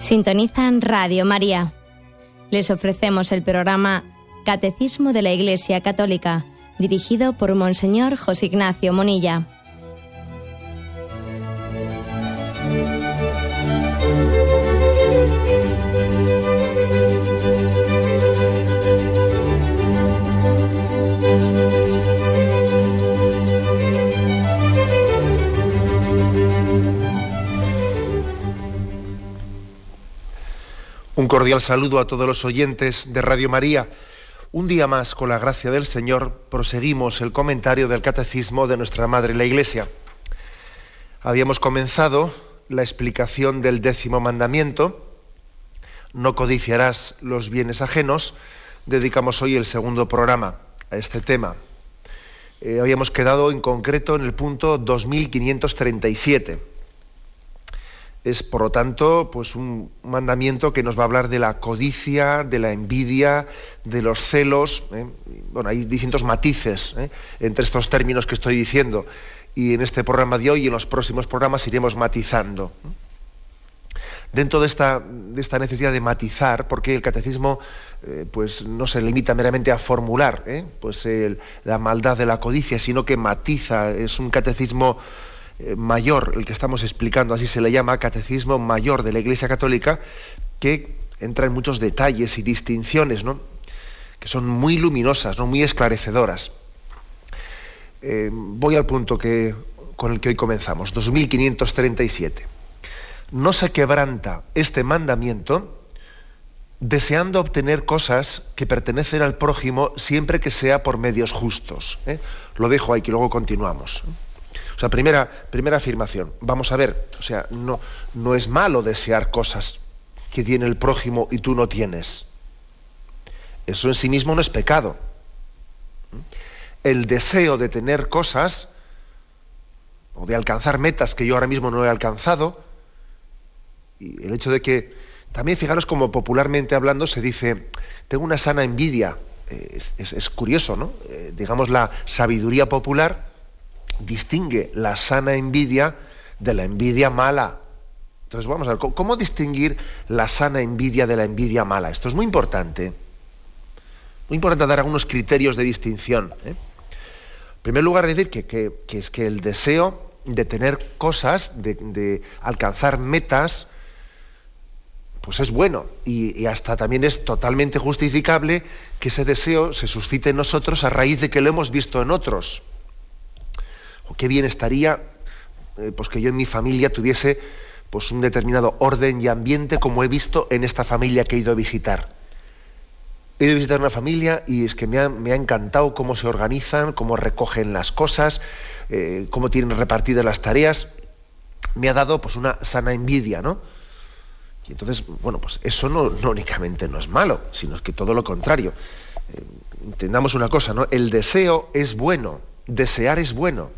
Sintonizan Radio María. Les ofrecemos el programa Catecismo de la Iglesia Católica, dirigido por Monseñor José Ignacio Munilla. Un cordial saludo a todos los oyentes de Radio María. Un día más, con la gracia del Señor, proseguimos el comentario del Catecismo de nuestra Madre la Iglesia. Habíamos comenzado la explicación del 10º mandamiento, no codiciarás los bienes ajenos. Dedicamos hoy el segundo programa a este tema. Habíamos quedado en concreto en el punto 2537. Es, por lo tanto, pues un mandamiento que nos va a hablar de la codicia, de la envidia, de los celos. Bueno, hay distintos matices entre estos términos que estoy diciendo. Y en este programa de hoy y en los próximos programas iremos matizando. Dentro de esta necesidad de matizar, porque el catecismo pues no se limita meramente a formular la maldad de la codicia, sino que matiza. Es un catecismo mayor, el que estamos explicando, así se le llama, Catecismo Mayor de la Iglesia Católica, que entra en muchos detalles y distinciones, ¿no?, que son muy luminosas, ¿no?, muy esclarecedoras. Voy al punto con el que hoy comenzamos, 2537. No se quebranta este mandamiento deseando obtener cosas que pertenecen al prójimo siempre que sea por medios justos. Lo dejo ahí, que luego continuamos. O sea, primera afirmación. Vamos a ver, o sea, no es malo desear cosas que tiene el prójimo y tú no tienes. Eso en sí mismo no es pecado. El deseo de tener cosas o de alcanzar metas que yo ahora mismo no he alcanzado, y el hecho de que, también fijaros como popularmente hablando se dice, tengo una sana envidia. Es curioso, ¿no? Digamos, la sabiduría popular distingue la sana envidia de la envidia mala. Entonces vamos a ver, ¿cómo distinguir la sana envidia de la envidia mala? Esto es muy importante. Muy importante dar algunos criterios de distinción. En primer lugar, decir que es que el deseo de tener cosas, de alcanzar metas, pues es bueno. Y hasta también es totalmente justificable que ese deseo se suscite en nosotros a raíz de que lo hemos visto en otros. Qué bien estaría pues que yo en mi familia tuviese pues un determinado orden y ambiente como he visto en esta familia que he ido a visitar. He ido a visitar una familia y es que me ha encantado cómo se organizan, cómo recogen las cosas, cómo tienen repartidas las tareas. Me ha dado pues una sana envidia, ¿no? Y entonces, bueno, pues eso no únicamente no es malo, sino es que todo lo contrario. Entendamos una cosa, ¿no? El deseo es bueno, desear es bueno.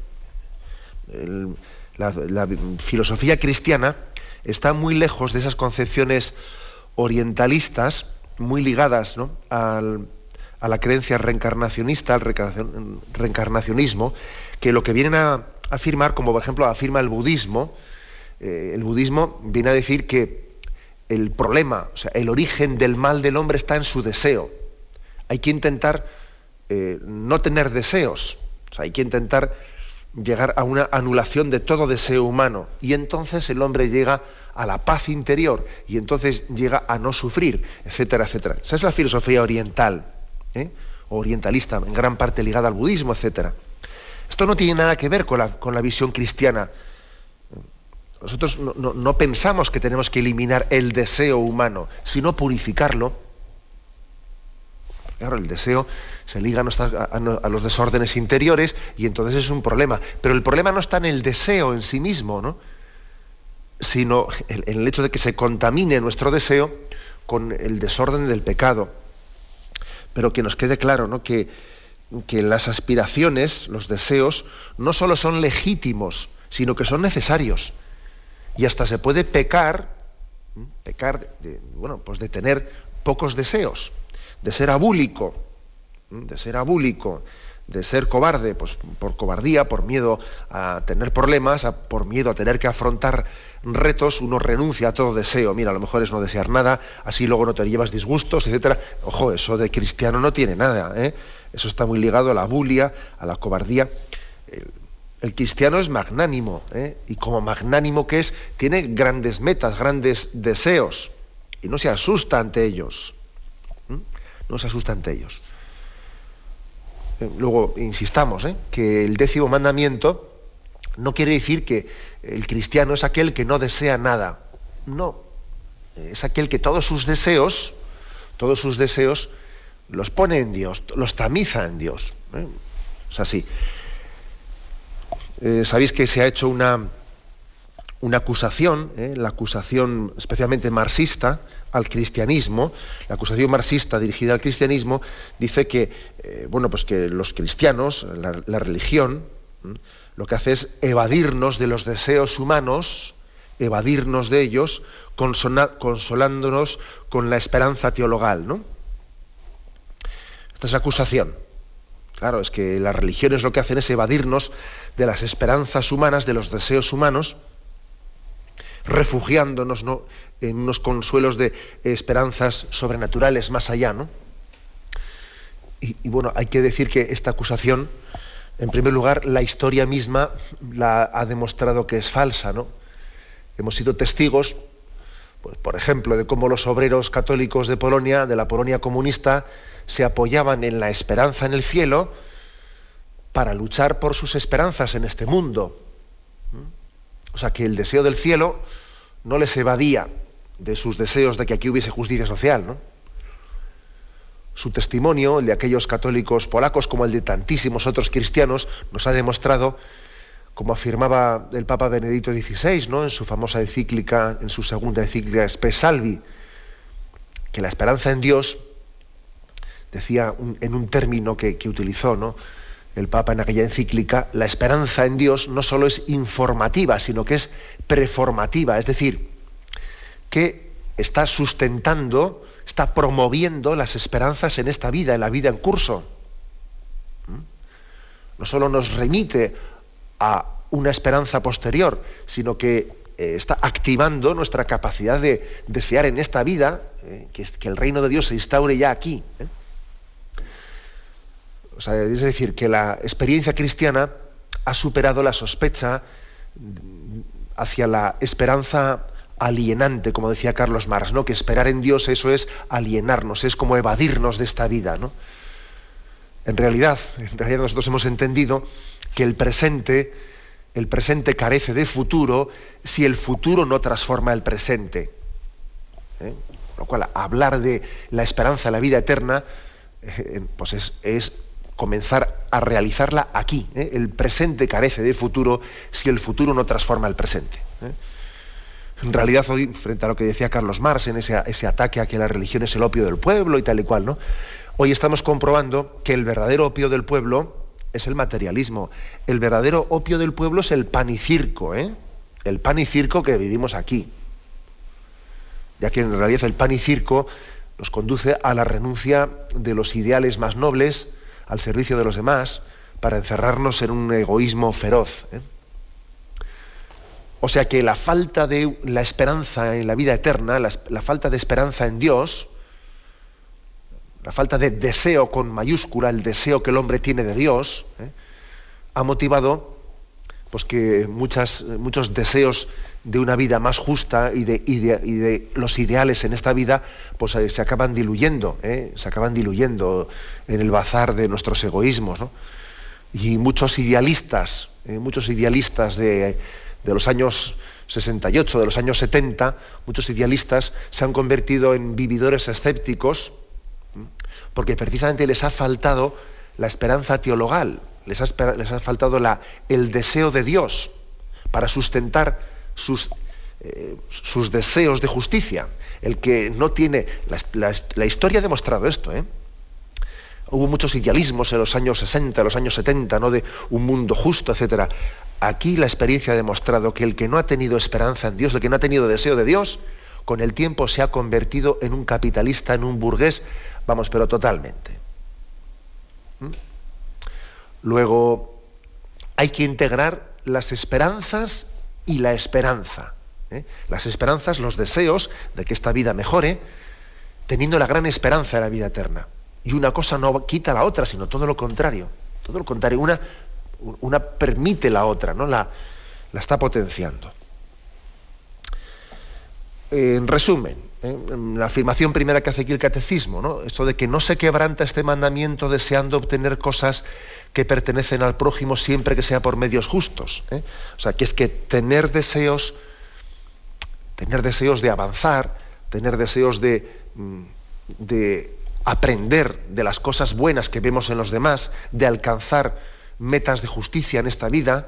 La filosofía cristiana está muy lejos de esas concepciones orientalistas, muy ligadas, ¿no?, a la creencia reencarnacionista, al reencarnacionismo, que lo que vienen a afirmar, como por ejemplo afirma el budismo viene a decir que el problema, o sea, el origen del mal del hombre está en su deseo. Hay que intentar no tener deseos, o sea, hay que intentar llegar a una anulación de todo deseo humano, y entonces el hombre llega a la paz interior y entonces llega a no sufrir, etcétera, etcétera. Esa es la filosofía oriental, o orientalista, en gran parte ligada al budismo, etcétera. Esto no tiene nada que ver con la visión cristiana. Nosotros no pensamos que tenemos que eliminar el deseo humano, sino purificarlo. Claro, el deseo se liga a los desórdenes interiores y entonces es un problema. Pero el problema no está en el deseo en sí mismo, ¿no?, sino en el hecho de que se contamine nuestro deseo con el desorden del pecado. Pero que nos quede claro, ¿no?, que las aspiraciones, los deseos, no solo son legítimos, sino que son necesarios. Y hasta se puede pecar de tener pocos deseos, de ser abúlico, de ser cobarde, pues por cobardía, por miedo a tener problemas, por miedo a tener que afrontar retos, uno renuncia a todo deseo. Mira, a lo mejor es no desear nada, así luego no te llevas disgustos, etcétera. Ojo, eso de cristiano no tiene nada, ¿eh? Eso está muy ligado a la bulia, a la cobardía. El cristiano es magnánimo, ¿eh? Y como magnánimo que es, tiene grandes metas, grandes deseos, y no se asusta ante ellos. No se asusta ante ellos. Luego, insistamos, que el 10º mandamiento no quiere decir que el cristiano es aquel que no desea nada. No, es aquel que todos sus deseos los pone en Dios, los tamiza en Dios. Es así. Sabéis que se ha hecho una acusación, la acusación especialmente marxista al cristianismo, la acusación marxista dirigida al cristianismo, dice que, pues que los cristianos, la religión, lo que hace es evadirnos de los deseos humanos, evadirnos de ellos, consolándonos con la esperanza teologal, ¿no? Esta es la acusación. Claro, es que las religiones lo que hacen es evadirnos de las esperanzas humanas, de los deseos humanos, refugiándonos, ¿no?, en unos consuelos de esperanzas sobrenaturales más allá, ¿no? Y bueno, hay que decir que esta acusación, en primer lugar, la historia misma la ha demostrado que es falsa, ¿no? Hemos sido testigos, pues, por ejemplo, de cómo los obreros católicos de Polonia, de la Polonia comunista, se apoyaban en la esperanza en el cielo para luchar por sus esperanzas en este mundo. O sea, que el deseo del cielo no les evadía de sus deseos de que aquí hubiese justicia social, ¿no? Su testimonio, el de aquellos católicos polacos, como el de tantísimos otros cristianos, nos ha demostrado, como afirmaba el Papa Benedicto XVI, ¿no?, en su famosa encíclica, en su segunda encíclica Spes Salvi, que la esperanza en Dios, decía en un término que utilizó, ¿no?, el Papa en aquella encíclica, la esperanza en Dios no solo es informativa, sino que es preformativa, es decir, que está sustentando, está promoviendo las esperanzas en esta vida, en la vida en curso. No solo nos remite a una esperanza posterior, sino que está activando nuestra capacidad de desear en esta vida que el reino de Dios se instaure ya aquí. O sea, es decir, que la experiencia cristiana ha superado la sospecha hacia la esperanza alienante, como decía Carlos Marx, ¿no?, que esperar en Dios, eso es alienarnos, es como evadirnos de esta vida, ¿no? En realidad nosotros hemos entendido que el presente carece de futuro si el futuro no transforma el presente. Lo cual, hablar de la esperanza, la vida eterna, pues es comenzar a realizarla aquí. El presente carece de futuro si el futuro no transforma el presente. En realidad, hoy, frente a lo que decía Carlos Marx en ese ataque a que la religión es el opio del pueblo y tal y cual, ¿no?, hoy estamos comprobando que el verdadero opio del pueblo es el materialismo. El verdadero opio del pueblo es el pan y circo, el pan y circo que vivimos aquí. Ya que en realidad el pan y circo nos conduce a la renuncia de los ideales más nobles al servicio de los demás, para encerrarnos en un egoísmo feroz. O sea que la falta de la esperanza en la vida eterna, la falta de esperanza en Dios, la falta de deseo con mayúscula, el deseo que el hombre tiene de Dios, ha motivado pues que muchos deseos de una vida más justa y de los ideales en esta vida, pues se acaban diluyendo, en el bazar de nuestros egoísmos, ¿no? Y muchos idealistas de los años 68, de los años 70, muchos idealistas se han convertido en vividores escépticos, porque precisamente les ha faltado la esperanza teologal, les ha faltado el deseo de Dios para sustentar sus deseos de justicia. El que no tiene... La historia ha demostrado esto, Hubo muchos idealismos en los años 60, en los años 70, ¿no?, de un mundo justo, etcétera. Aquí la experiencia ha demostrado que el que no ha tenido esperanza en Dios, el que no ha tenido deseo de Dios, con el tiempo se ha convertido en un capitalista, en un burgués, vamos, pero totalmente. Luego, hay que integrar las esperanzas y la esperanza. Las esperanzas, los deseos de que esta vida mejore, teniendo la gran esperanza de la vida eterna. Y una cosa no quita la otra, sino todo lo contrario. Todo lo contrario, una permite la otra, ¿no? La está potenciando. En resumen, la afirmación primera que hace aquí el catecismo, ¿no? Esto de que no se quebranta este mandamiento deseando obtener cosas que pertenecen al prójimo siempre que sea por medios justos. O sea, que es que tener deseos de avanzar, tener deseos de aprender de las cosas buenas que vemos en los demás, de alcanzar metas de justicia en esta vida,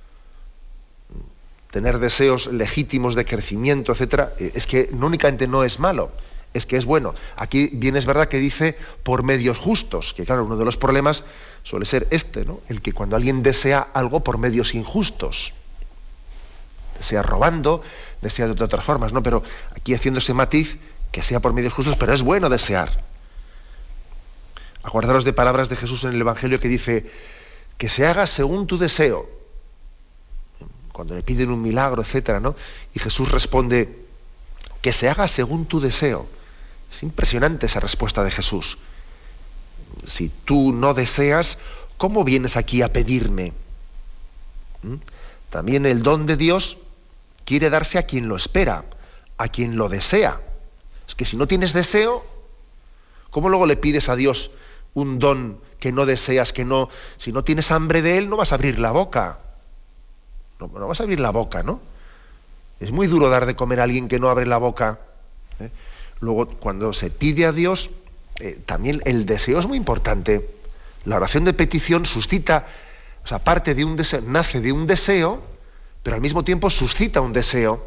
tener deseos legítimos de crecimiento, etcétera, es que no únicamente no es malo, es que es bueno. Aquí bien es verdad que dice por medios justos, que claro, uno de los problemas suele ser este, ¿no? El que cuando alguien desea algo por medios injustos, desea robando, desea de otras formas, ¿no? Pero aquí haciendo ese matiz, que sea por medios justos, pero es bueno desear. Acordaros de palabras de Jesús en el Evangelio que dice, que se haga según tu deseo. Cuando le piden un milagro, etcétera, ¿no? Y Jesús responde, que se haga según tu deseo. Es impresionante esa respuesta de Jesús. Si tú no deseas, ¿cómo vienes aquí a pedirme? También el don de Dios quiere darse a quien lo espera, a quien lo desea. Es que si no tienes deseo, ¿cómo luego le pides a Dios un don que no deseas, si no tienes hambre de él, no vas a abrir la boca? No vas a abrir la boca, ¿no? Es muy duro dar de comer a alguien que no abre la boca. Luego, cuando se pide a Dios, también el deseo es muy importante. La oración de petición suscita, o sea, parte de un deseo, nace de un deseo, pero al mismo tiempo suscita un deseo.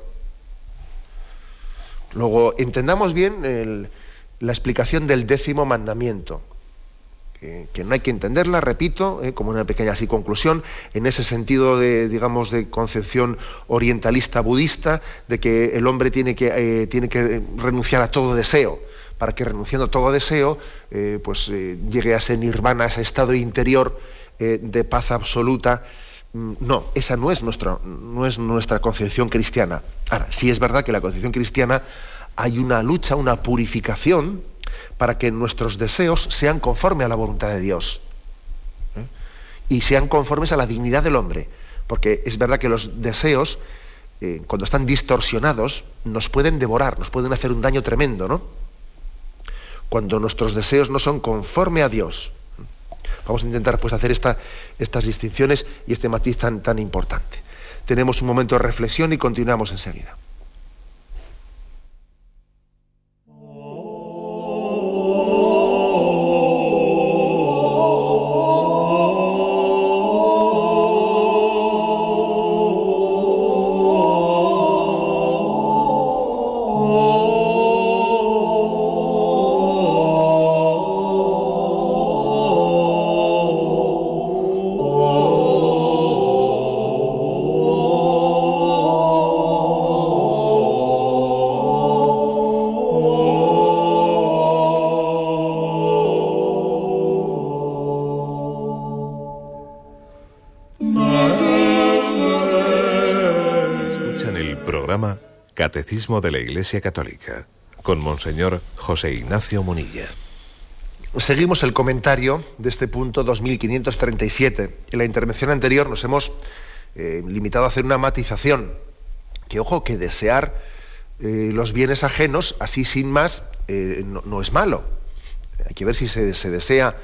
Luego, entendamos bien la explicación del 10º mandamiento, que no hay que entenderla, repito, como una pequeña así conclusión, en ese sentido de, digamos, de concepción orientalista budista, de que el hombre tiene que renunciar a todo deseo, para que renunciando a todo deseo, llegue a ese nirvana, a ese estado interior de paz absoluta. No, esa no es nuestra concepción cristiana. Ahora, sí es verdad que en la concepción cristiana hay una lucha, una purificación, para que nuestros deseos sean conforme a la voluntad de Dios, y sean conformes a la dignidad del hombre, porque es verdad que los deseos, cuando están distorsionados, nos pueden devorar, nos pueden hacer un daño tremendo, ¿no? Cuando nuestros deseos no son conforme a Dios. Vamos a intentar pues hacer estas distinciones y este matiz tan importante. Tenemos un momento de reflexión y continuamos enseguida. Catecismo de la Iglesia Católica, con Monseñor José Ignacio Munilla. Seguimos el comentario de este punto 2537. En la intervención anterior nos hemos limitado a hacer una matización, que ojo, que desear los bienes ajenos, así sin más, no es malo. Hay que ver si se desea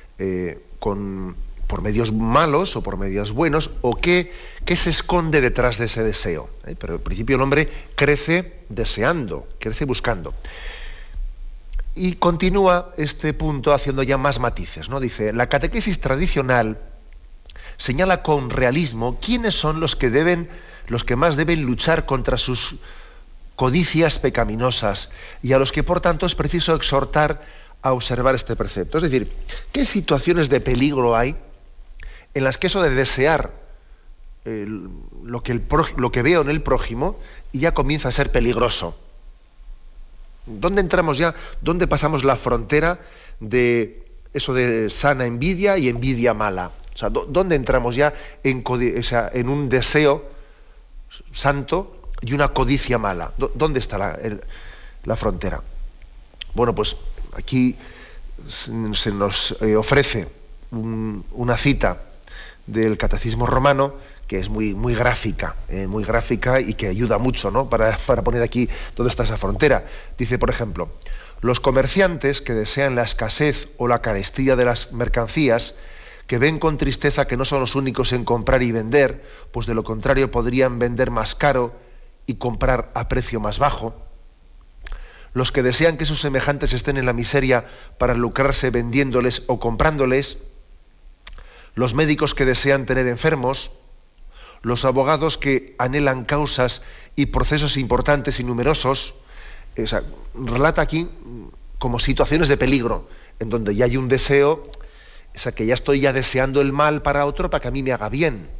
por medios malos o por medios buenos, o qué se esconde detrás de ese deseo. Pero al principio el hombre crece deseando, crece buscando. Y continúa este punto haciendo ya más matices, ¿no? Dice, la catequesis tradicional señala con realismo quiénes son los que más deben luchar contra sus codicias pecaminosas, y a los que por tanto es preciso exhortar a observar este precepto. Es decir, ¿qué situaciones de peligro hay en las que eso de desear lo que veo en el prójimo y ya comienza a ser peligroso? ¿Dónde entramos ya? ¿Dónde pasamos la frontera de eso de sana envidia y envidia mala? O sea, ¿dónde entramos ya en un deseo santo y una codicia mala? ¿Dónde está la frontera? Bueno, pues aquí se nos ofrece una cita del Catecismo Romano que es muy gráfica y que ayuda mucho, ¿no?, para poner aquí dónde está esa frontera. Dice, por ejemplo, los comerciantes que desean la escasez o la carestía de las mercancías, que ven con tristeza que no son los únicos en comprar y vender, pues de lo contrario podrían vender más caro y comprar a precio más bajo. Los que desean que sus semejantes estén en la miseria para lucrarse vendiéndoles o comprándoles, los médicos que desean tener enfermos, los abogados que anhelan causas y procesos importantes y numerosos. O sea, relata aquí como situaciones de peligro, en donde ya hay un deseo, o sea, que ya estoy ya deseando el mal para otro para que a mí me haga bien.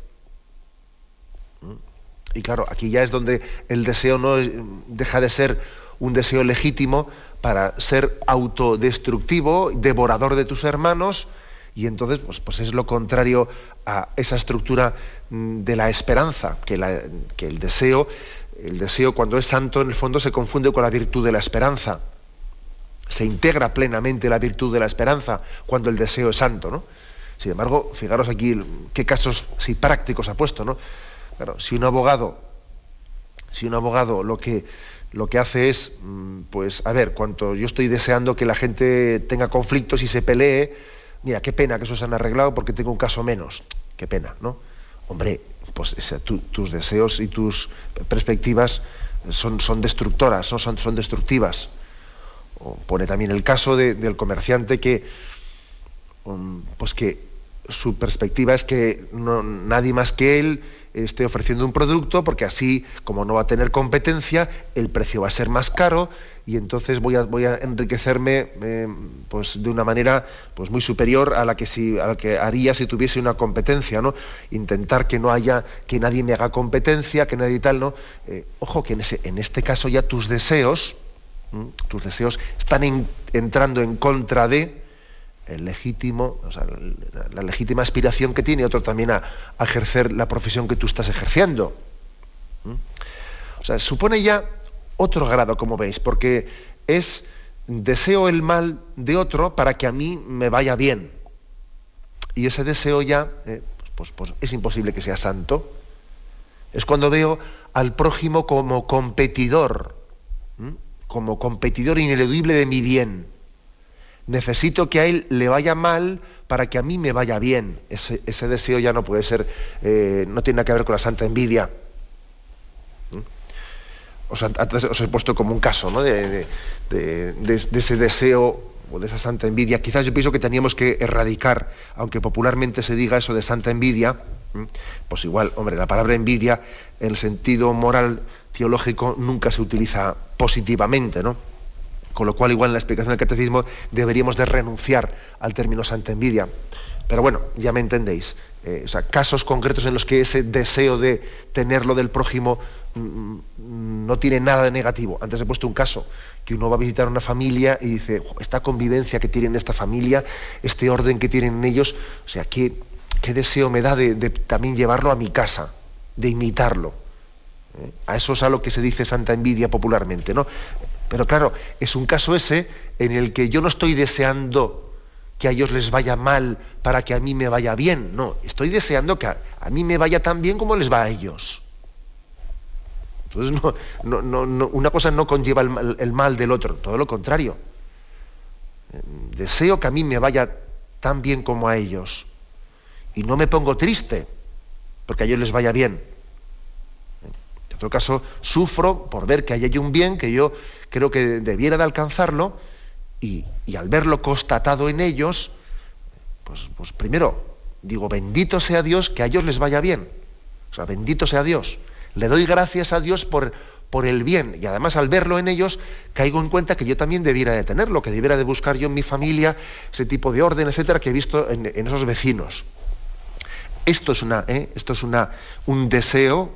Y claro, aquí ya es donde el deseo no deja de ser un deseo legítimo para ser autodestructivo, devorador de tus hermanos, y entonces pues es lo contrario a esa estructura de la esperanza, que el deseo cuando es santo en el fondo se confunde con la virtud de la esperanza. Se integra plenamente la virtud de la esperanza cuando el deseo es santo, ¿no? Sin embargo, fijaros aquí qué casos prácticos ha puesto, ¿no? Claro, si un abogado lo que hace es, pues, a ver, cuanto yo estoy deseando que la gente tenga conflictos y se pelee, mira, qué pena que eso se han arreglado porque tengo un caso menos. Qué pena, ¿no? Hombre, pues tus deseos y tus perspectivas son destructoras, ¿no? Son destructivas. O pone también el caso del comerciante que su perspectiva es que nadie más que él esté ofreciendo un producto, porque así, como no va a tener competencia, el precio va a ser más caro y entonces voy a enriquecerme pues de una manera pues muy superior a la que haría si tuviese una competencia, ¿no? Intentar que nadie me haga competencia, que nadie tal, ¿no? Ojo, que en este caso ya tus deseos están entrando en contra de el legítimo, o sea, la legítima aspiración que tiene otro también a ejercer la profesión que tú estás ejerciendo. O sea, supone ya otro grado, como veis, porque es deseo el mal de otro para que a mí me vaya bien. Y ese deseo ya, pues es imposible que sea santo. Es cuando veo al prójimo como competidor ineludible de mi bien. Necesito que a él le vaya mal para que a mí me vaya bien. Ese deseo ya no puede ser, no tiene nada que ver con la santa envidia. Antes os he puesto como un caso, ¿no?, de ese deseo o de esa santa envidia. Quizás yo pienso que teníamos que erradicar, aunque popularmente se diga eso de santa envidia, pues igual, hombre, la palabra envidia en el sentido moral teológico nunca se utiliza positivamente, ¿no? Con lo cual, igual en la explicación del catecismo deberíamos de renunciar al término santa envidia. Pero bueno, ya me entendéis. O sea, casos concretos en los que ese deseo de tenerlo del prójimo no tiene nada de negativo. Antes he puesto un caso, que uno va a visitar una familia y dice, esta convivencia que tienen esta familia, este orden que tienen ellos, o sea, qué deseo me da de también llevarlo a mi casa, de imitarlo. A eso es a lo que se dice santa envidia popularmente, ¿no? Pero claro, es un caso ese en el que yo no estoy deseando que a ellos les vaya mal para que a mí me vaya bien. No, estoy deseando que a mí me vaya tan bien como les va a ellos. Entonces, una cosa no conlleva el mal del otro, todo lo contrario. Deseo que a mí me vaya tan bien como a ellos. Y no me pongo triste porque a ellos les vaya bien. En todo caso, sufro por ver que hay un bien que yo creo que debiera de alcanzarlo, y al verlo constatado en ellos, pues primero digo, bendito sea Dios que a ellos les vaya bien. O sea, bendito sea Dios. Le doy gracias a Dios por el bien, y además al verlo en ellos caigo en cuenta que yo también debiera de tenerlo, que debiera de buscar yo en mi familia ese tipo de orden, etcétera, que he visto en esos vecinos. Esto es un deseo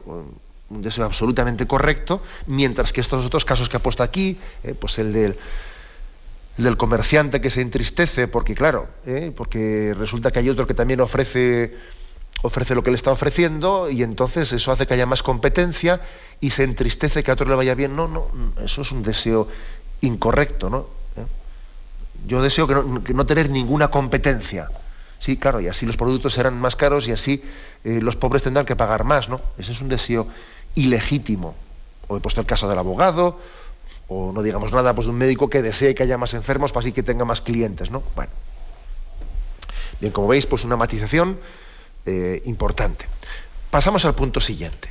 absolutamente correcto, mientras que estos otros casos que ha puesto aquí, pues el el del comerciante que se entristece porque, claro, porque resulta que hay otro que también ofrece lo que le está ofreciendo, y entonces eso hace que haya más competencia y se entristece que a otro le vaya bien. No, eso es un deseo incorrecto, ¿no? Yo deseo que no tener ninguna competencia. Sí, claro, y así los productos serán más caros y así los pobres tendrán que pagar más, ¿no? Ese es un deseo ilegítimo. O he puesto el caso del abogado, o no digamos nada, pues de un médico que desee que haya más enfermos para así que tenga más clientes, ¿no? Bueno. Bien, como veis, pues una matización importante. Pasamos al punto siguiente.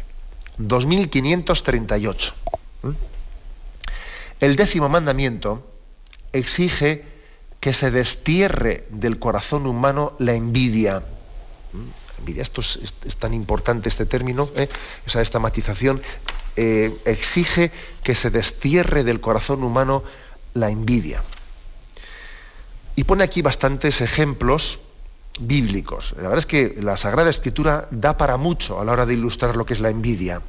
2538. El 10º mandamiento exige que se destierre del corazón humano la envidia. Envidia, esto es tan importante este término, esta matización. Exige que se destierre del corazón humano la envidia. Y pone aquí bastantes ejemplos bíblicos. La verdad es que la Sagrada Escritura da para mucho a la hora de ilustrar lo que es la envidia.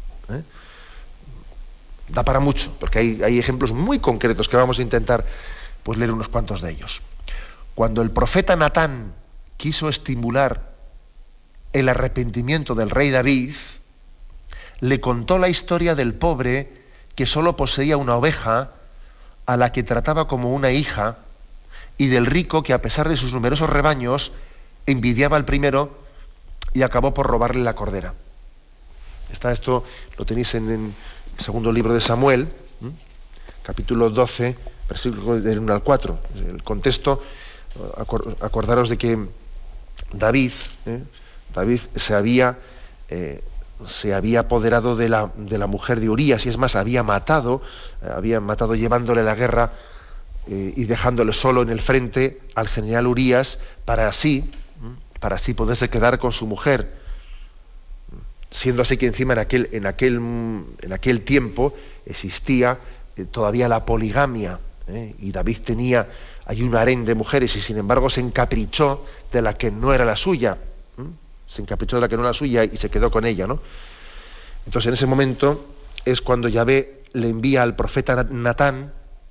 Da para mucho, porque hay ejemplos muy concretos que vamos a intentar pues leer unos cuantos de ellos. Cuando el profeta Natán quiso estimular el arrepentimiento del rey David, le contó la historia del pobre que solo poseía una oveja, a la que trataba como una hija, y del rico que, a pesar de sus numerosos rebaños, envidiaba al primero y acabó por robarle la cordera. Esto lo tenéis en el segundo libro de Samuel, capítulo 12, versículos del 1 al 4. El contexto, acordaros de que David se había apoderado de la mujer de Urías, y es más, había matado llevándole a la guerra y dejándole solo en el frente al general Urías para así poderse quedar con su mujer, siendo así que encima en aquel tiempo existía todavía la poligamia, y David tenía ahí un harén de mujeres, y sin embargo se encaprichó de la que no era la suya. Se encaprichó de la que no era la suya y se quedó con ella, ¿no? Entonces, en ese momento es cuando Yahvé le envía al profeta Natán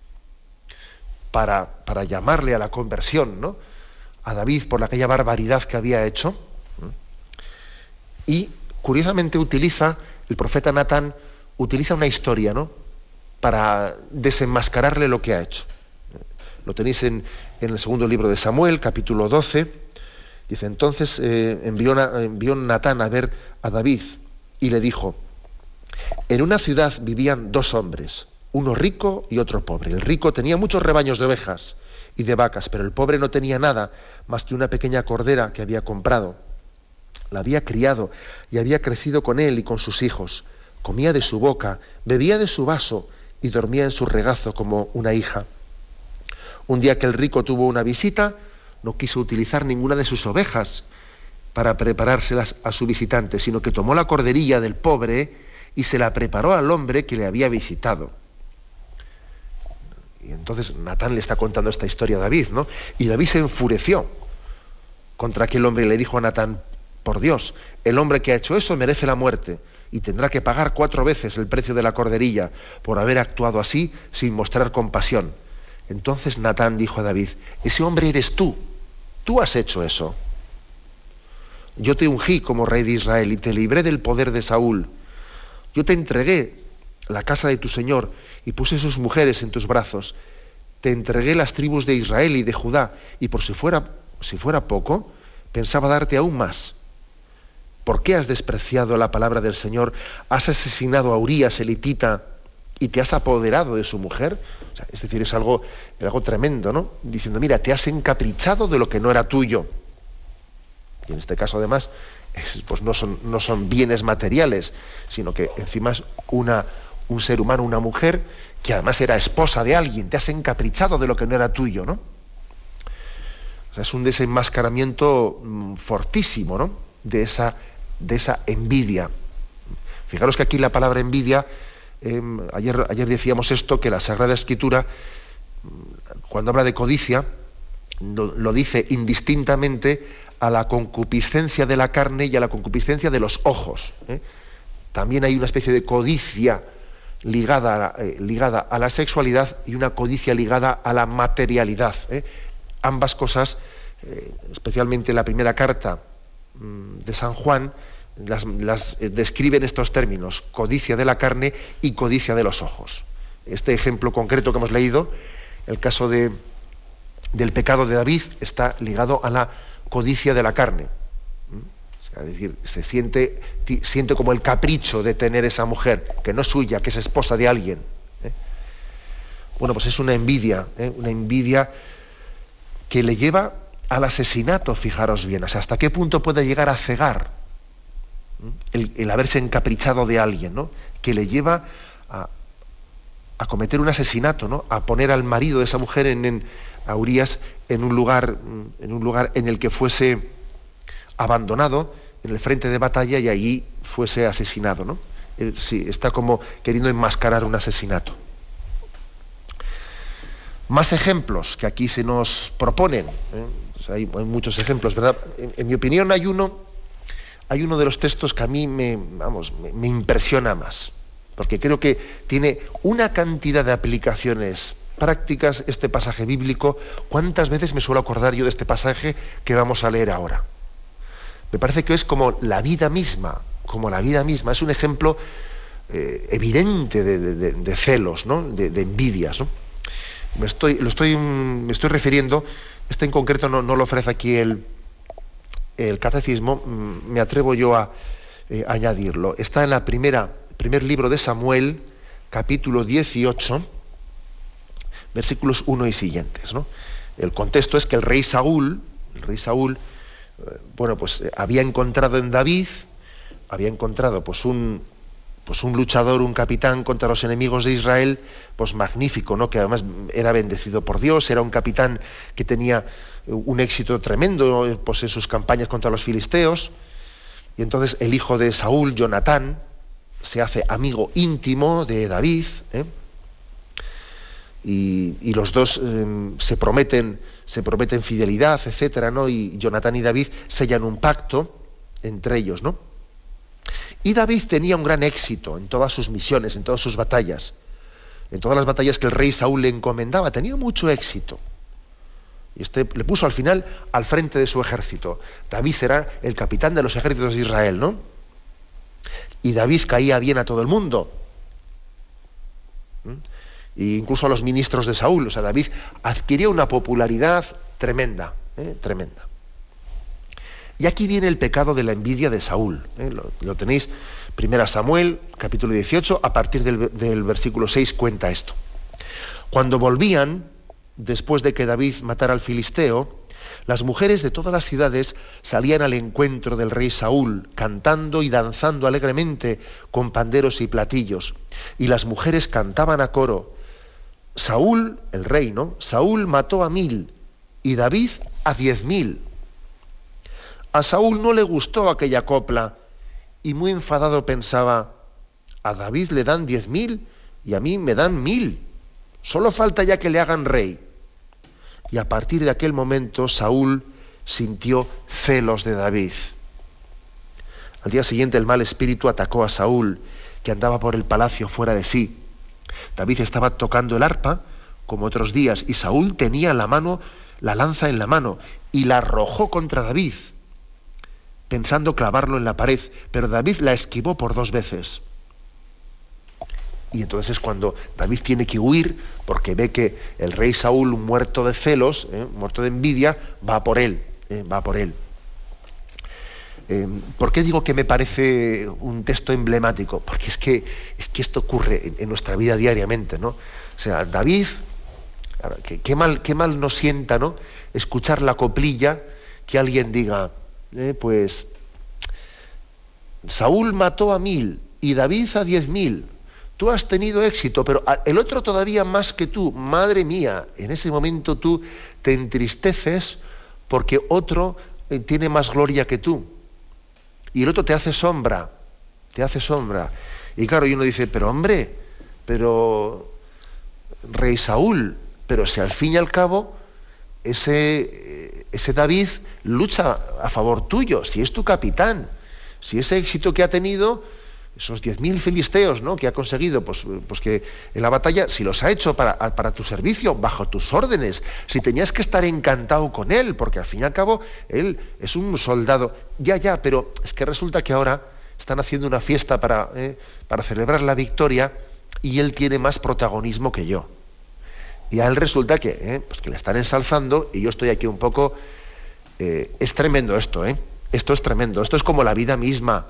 para llamarle a la conversión, ¿no?, a David por aquella barbaridad que había hecho. Y curiosamente el profeta Natán utiliza una historia, ¿no?, para desenmascararle lo que ha hecho. Lo tenéis en el segundo libro de Samuel, capítulo 12. Dice, entonces envió Natán a ver a David y le dijo: en una ciudad vivían dos hombres, uno rico y otro pobre. El rico tenía muchos rebaños de ovejas y de vacas, pero el pobre no tenía nada más que una pequeña cordera que había comprado. La había criado y había crecido con él y con sus hijos. Comía de su boca, bebía de su vaso y dormía en su regazo como una hija. Un día que el rico tuvo una visita, no quiso utilizar ninguna de sus ovejas para preparárselas a su visitante, sino que tomó la corderilla del pobre y se la preparó al hombre que le había visitado. Y entonces Natán le está contando esta historia a David, ¿no? Y David se enfureció contra aquel hombre y le dijo a Natán: por Dios, el hombre que ha hecho eso merece la muerte y tendrá que pagar 4 veces el precio de la corderilla por haber actuado así sin mostrar compasión. Entonces Natán dijo a David: ese hombre eres tú has hecho eso. Yo te ungí como rey de Israel y te libré del poder de Saúl. Yo te entregué la casa de tu señor y puse sus mujeres en tus brazos. Te entregué las tribus de Israel y de Judá, y por si fuera poco, pensaba darte aún más. ¿Por qué has despreciado la palabra del Señor? ¿Has asesinado a Urías elitita y te has apoderado de su mujer? O sea, es decir, es algo tremendo, ¿no? Diciendo, mira, te has encaprichado de lo que no era tuyo. Y en este caso, además, pues no son bienes materiales, sino que encima es un ser humano, una mujer, que además era esposa de alguien. Te has encaprichado de lo que no era tuyo, ¿no? O sea, es un desenmascaramiento fortísimo, ¿no?, de esa envidia. Fijaros que aquí la palabra envidia, ayer decíamos esto, que la Sagrada Escritura, cuando habla de codicia, lo dice indistintamente a la concupiscencia de la carne y a la concupiscencia de los ojos. También hay una especie de codicia ligada a la sexualidad y una codicia ligada a la materialidad. Ambas cosas, especialmente la primera carta de San Juan, las describen estos términos: codicia de la carne y codicia de los ojos. Este ejemplo concreto que hemos leído, el caso del pecado de David, está ligado a la codicia de la carne. Es decir, siente como el capricho de tener esa mujer, que no es suya, que es esposa de alguien. Bueno, pues es una envidia que le lleva al asesinato, fijaros bien. O sea, ¿hasta qué punto puede llegar a cegar el haberse encaprichado de alguien, ¿no? Que le lleva a cometer un asesinato, ¿no? A poner al marido de esa mujer, a Urías, en un lugar en el que fuese abandonado, en el frente de batalla, y allí fuese asesinado, ¿no? Sí, está como queriendo enmascarar un asesinato. Más ejemplos que aquí se nos proponen, o sea, hay muchos ejemplos, ¿verdad? En mi opinión hay uno de los textos que a mí me impresiona más, porque creo que tiene una cantidad de aplicaciones prácticas este pasaje bíblico. ¿Cuántas veces me suelo acordar yo de este pasaje que vamos a leer ahora? Me parece que es como la vida misma, es un ejemplo evidente de celos, ¿no? de envidias, ¿no? Me estoy refiriendo, este en concreto no lo ofrece aquí el catecismo, me atrevo yo a añadirlo. Está en primer libro de Samuel, capítulo 18, versículos 1 y siguientes, ¿no? El contexto es que el rey Saúl, bueno, pues había encontrado en David, pues un luchador, un capitán contra los enemigos de Israel, pues magnífico, ¿no? Que además era bendecido por Dios, era un capitán que tenía un éxito tremendo, pues en sus campañas contra los filisteos. Y entonces el hijo de Saúl, Jonatán, se hace amigo íntimo de David, y los dos se prometen fidelidad, etcétera, ¿no? Y Jonatán y David sellan un pacto entre ellos, ¿no? Y David tenía un gran éxito en todas sus misiones, en todas sus batallas, en todas las batallas que el rey Saúl le encomendaba, tenía mucho éxito. Y le puso al final al frente de su ejército. David era el capitán de los ejércitos de Israel, ¿no? Y David caía bien a todo el mundo. E incluso a los ministros de Saúl. O sea, David adquirió una popularidad tremenda, tremenda. Y aquí viene el pecado de la envidia de Saúl. Lo tenéis, 1 Samuel, capítulo 18, a partir del versículo 6 cuenta esto. Cuando volvían, después de que David matara al filisteo, las mujeres de todas las ciudades salían al encuentro del rey Saúl, cantando y danzando alegremente con panderos y platillos. Y las mujeres cantaban a coro: Saúl, el rey, ¿no? Saúl mató a 1000 y David a 10.000. A Saúl no le gustó aquella copla y muy enfadado pensaba: a David le dan 10.000 y a mí me dan 1000. Solo falta ya que le hagan rey. Y a partir de aquel momento Saúl sintió celos de David. Al día siguiente el mal espíritu atacó a Saúl, que andaba por el palacio fuera de sí. David estaba tocando el arpa, como otros días, y Saúl tenía la lanza en la mano, y la arrojó contra David, pensando clavarlo en la pared, pero David la esquivó por 2 veces. Y entonces es cuando David tiene que huir, porque ve que el rey Saúl, muerto de celos, muerto de envidia, va por él. ¿Por qué digo que me parece un texto emblemático? Porque es que esto ocurre en nuestra vida diariamente, ¿no? O sea, David, qué mal nos sienta, ¿no? Escuchar la coplilla que alguien diga, pues Saúl mató a 1000 y David a 10.000. Tú has tenido éxito, pero el otro todavía más que tú. Madre mía, en ese momento tú te entristeces porque otro tiene más gloria que tú. Y el otro te hace sombra. Y claro, y uno dice, pero hombre, rey Saúl, pero si al fin y al cabo ese David lucha a favor tuyo, si es tu capitán, si ese éxito que ha tenido esos 10.000 filisteos, ¿no?, que ha conseguido, pues que en la batalla, si los ha hecho para tu servicio, bajo tus órdenes, si tenías que estar encantado con él, porque al fin y al cabo él es un soldado, ya, pero es que resulta que ahora están haciendo una fiesta para celebrar la victoria y él tiene más protagonismo que yo. Y a él resulta que le están ensalzando y yo estoy aquí un poco... es tremendo esto, esto es tremendo, esto es como la vida misma,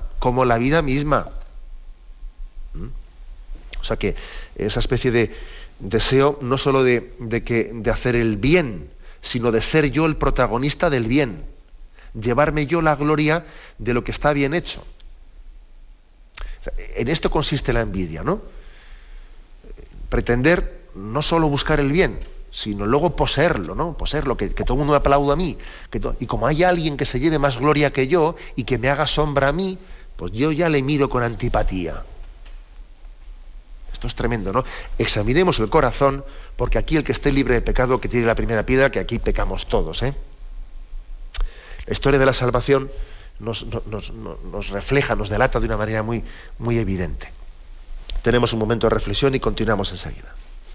O sea que esa especie de deseo no solo de hacer el bien, sino de ser yo el protagonista del bien, llevarme yo la gloria de lo que está bien hecho. O sea, en esto consiste la envidia, ¿no? Pretender no solo buscar el bien, sino luego poseerlo, ¿no? Poseerlo, que todo el mundo me aplauda a mí, y como hay alguien que se lleve más gloria que yo y que me haga sombra a mí, pues yo ya le miro con antipatía. Esto es tremendo, ¿no? Examinemos el corazón, porque aquí el que esté libre de pecado, que tire la primera piedra, que aquí pecamos todos, La historia de la salvación nos refleja, nos delata de una manera muy, muy evidente. Tenemos un momento de reflexión y continuamos enseguida.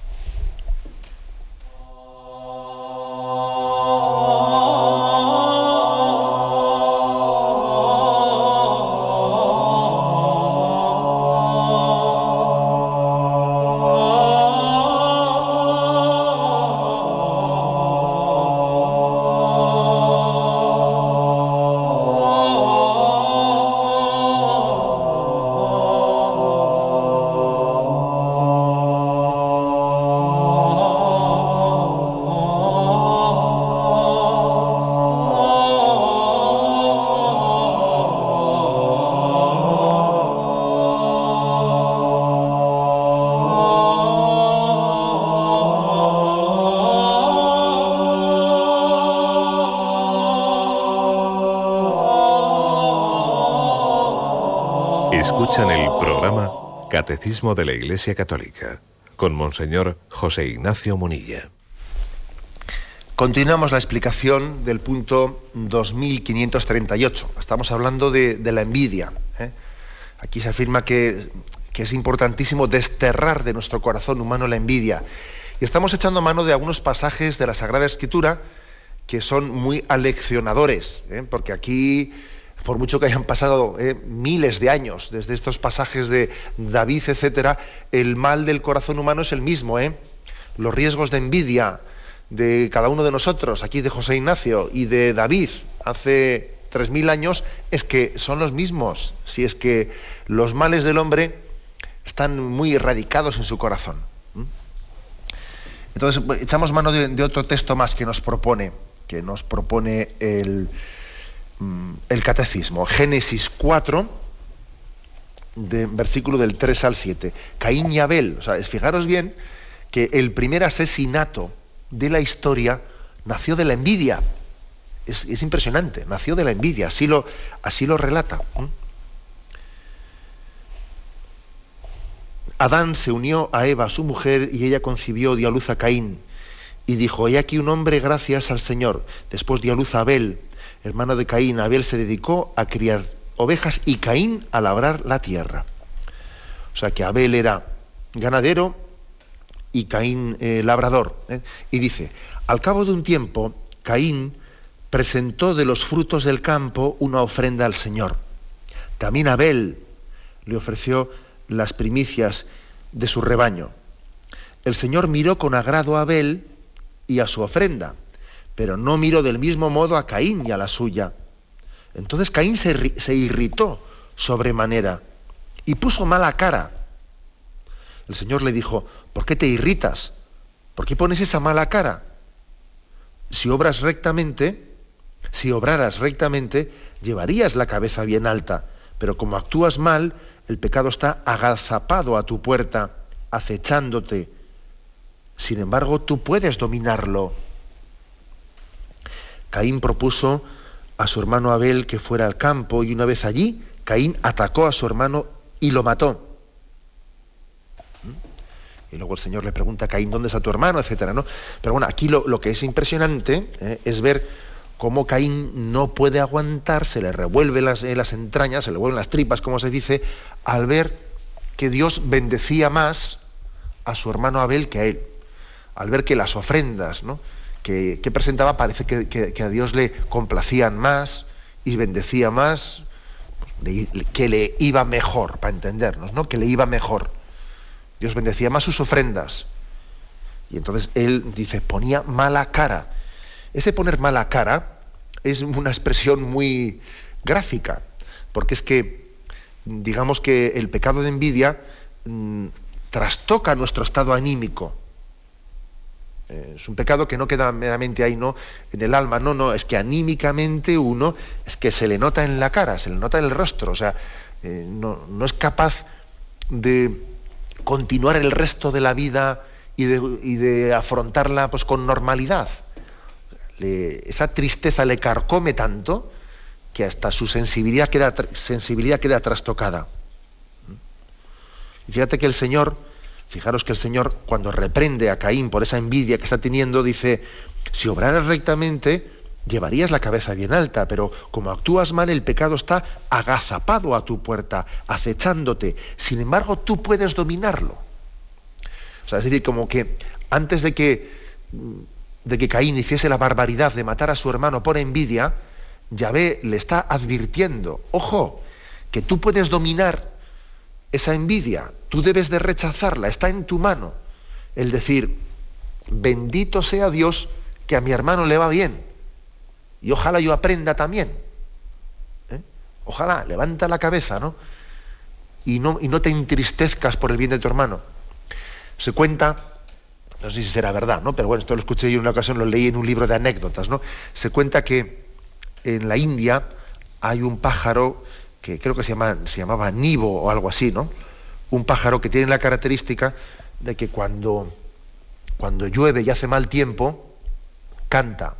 Escuchan el programa Catecismo de la Iglesia Católica con Monseñor José Ignacio Munilla. Continuamos la explicación del punto 2538. Estamos hablando de la envidia. Aquí se afirma que es importantísimo desterrar de nuestro corazón humano la envidia. Y estamos echando mano de algunos pasajes de la Sagrada Escritura que son muy aleccionadores, porque aquí, por mucho que hayan pasado miles de años desde estos pasajes de David, etcétera, el mal del corazón humano es el mismo. Los riesgos de envidia de cada uno de nosotros, aquí de José Ignacio y de David hace 3000 años, es que son los mismos, si es que los males del hombre están muy erradicados en su corazón. Entonces echamos mano de otro texto más que nos propone el Catecismo. Génesis 4, versículo del 3 al 7. Caín y Abel. O sea, fijaros bien que el primer asesinato de la historia nació de la envidia. Es impresionante, nació de la envidia, así lo relata. Adán se unió a Eva, su mujer, y ella concibió, dio a luz a Caín. Y dijo: he aquí un hombre, gracias al Señor. Después dio a luz a Abel, hermano de Caín. Abel se dedicó a criar ovejas y Caín a labrar la tierra. O sea que Abel era ganadero y Caín labrador. Y dice: al cabo de un tiempo, Caín presentó de los frutos del campo una ofrenda al Señor. También Abel le ofreció las primicias de su rebaño. El Señor miró con agrado a Abel y a su ofrenda, pero no miró del mismo modo a Caín y a la suya. Entonces Caín se irritó sobremanera y puso mala cara. El Señor le dijo: ¿por qué te irritas? ¿Por qué pones esa mala cara? Si obraras rectamente, llevarías la cabeza bien alta, pero como actúas mal, el pecado está agazapado a tu puerta, acechándote. Sin embargo, tú puedes dominarlo. Caín propuso a su hermano Abel que fuera al campo, y una vez allí, Caín atacó a su hermano y lo mató. Y luego el Señor le pregunta a Caín: ¿dónde está tu hermano?, etcétera, ¿no? Pero bueno, aquí lo que es impresionante es ver cómo Caín no puede aguantar, se le revuelven las entrañas, se le vuelven las tripas, como se dice, al ver que Dios bendecía más a su hermano Abel que a él, al ver que las ofrendas, ¿no?, que presentaba parece que a Dios le complacían más y bendecía más, pues, que le iba mejor, para entendernos, ¿no?, que le iba mejor. Dios bendecía más sus ofrendas. Y entonces él dice, ponía mala cara. Ese poner mala cara es una expresión muy gráfica, porque es que, digamos que el pecado de envidia trastoca nuestro estado anímico. Es un pecado que no queda meramente ahí, ¿no?, en el alma, no, es que anímicamente uno, es que se le nota en la cara, se le nota en el rostro, o sea, no es capaz de continuar el resto de la vida y de afrontarla, pues, con normalidad. Esa tristeza le carcome tanto que hasta su sensibilidad queda trastocada. Y fíjate que el Señor, fijaros que el Señor, cuando reprende a Caín por esa envidia que está teniendo, dice, si obraras rectamente, llevarías la cabeza bien alta, pero como actúas mal, el pecado está agazapado a tu puerta, acechándote. Sin embargo, tú puedes dominarlo. O sea, es decir, como que antes de que Caín hiciese la barbaridad de matar a su hermano por envidia, Yahvé le está advirtiendo, ojo, que tú puedes dominar esa envidia, tú debes de rechazarla, está en tu mano. El decir, bendito sea Dios que a mi hermano le va bien, y ojalá yo aprenda también. Ojalá, levanta la cabeza, ¿no? Y no te entristezcas por el bien de tu hermano. Se cuenta, no sé si será verdad, ¿no?, pero bueno, esto lo escuché yo en una ocasión, lo leí en un libro de anécdotas, ¿no? Se cuenta que en la India hay un pájaro que creo que se llamaba nibo o algo así, ¿no? Un pájaro que tiene la característica de que cuando llueve y hace mal tiempo, canta.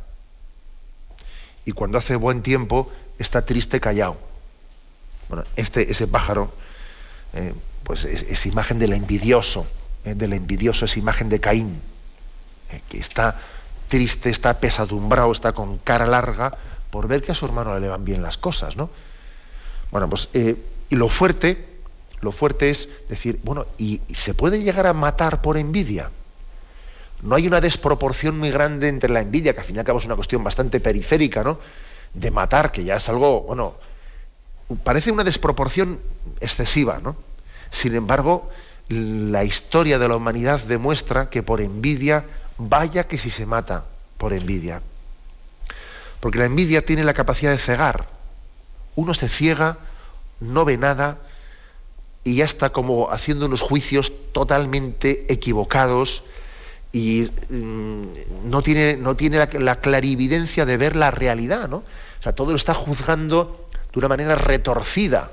Y cuando hace buen tiempo, está triste, callado. Bueno, ese pájaro, pues es imagen del envidioso, es imagen de Caín, que está triste, está pesadumbrado, está con cara larga por ver que a su hermano le van bien las cosas, ¿no? Bueno, pues y lo fuerte es decir, bueno, ¿y se puede llegar a matar por envidia? No hay una desproporción muy grande entre la envidia, que al fin y al cabo es una cuestión bastante periférica, ¿no?, de matar, que ya es algo, bueno, parece una desproporción excesiva, ¿no? Sin embargo, la historia de la humanidad demuestra que por envidia, vaya que si se mata por envidia. Porque la envidia tiene la capacidad de cegar. Uno se ciega, no ve nada y ya está como haciendo unos juicios totalmente equivocados y no tiene la clarividencia de ver la realidad, ¿no? O sea, todo lo está juzgando de una manera retorcida,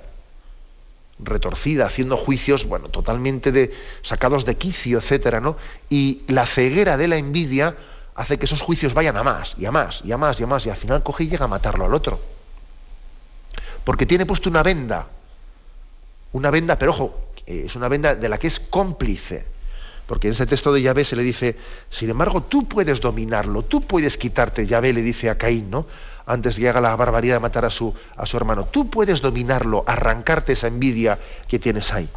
haciendo juicios, bueno, totalmente sacados de quicio, etcétera, ¿no? Y la ceguera de la envidia hace que esos juicios vayan a más, y a más, y a más, y a más, y al final coge y llega a matarlo al otro. Porque tiene puesto una venda, pero ojo, es una venda de la que es cómplice. Porque en ese texto de Yahvé se le dice, sin embargo, tú puedes dominarlo, tú puedes quitarte, Yahvé le dice a Caín, ¿no?, antes de que haga la barbaridad de matar a su hermano, tú puedes dominarlo, arrancarte esa envidia que tienes ahí.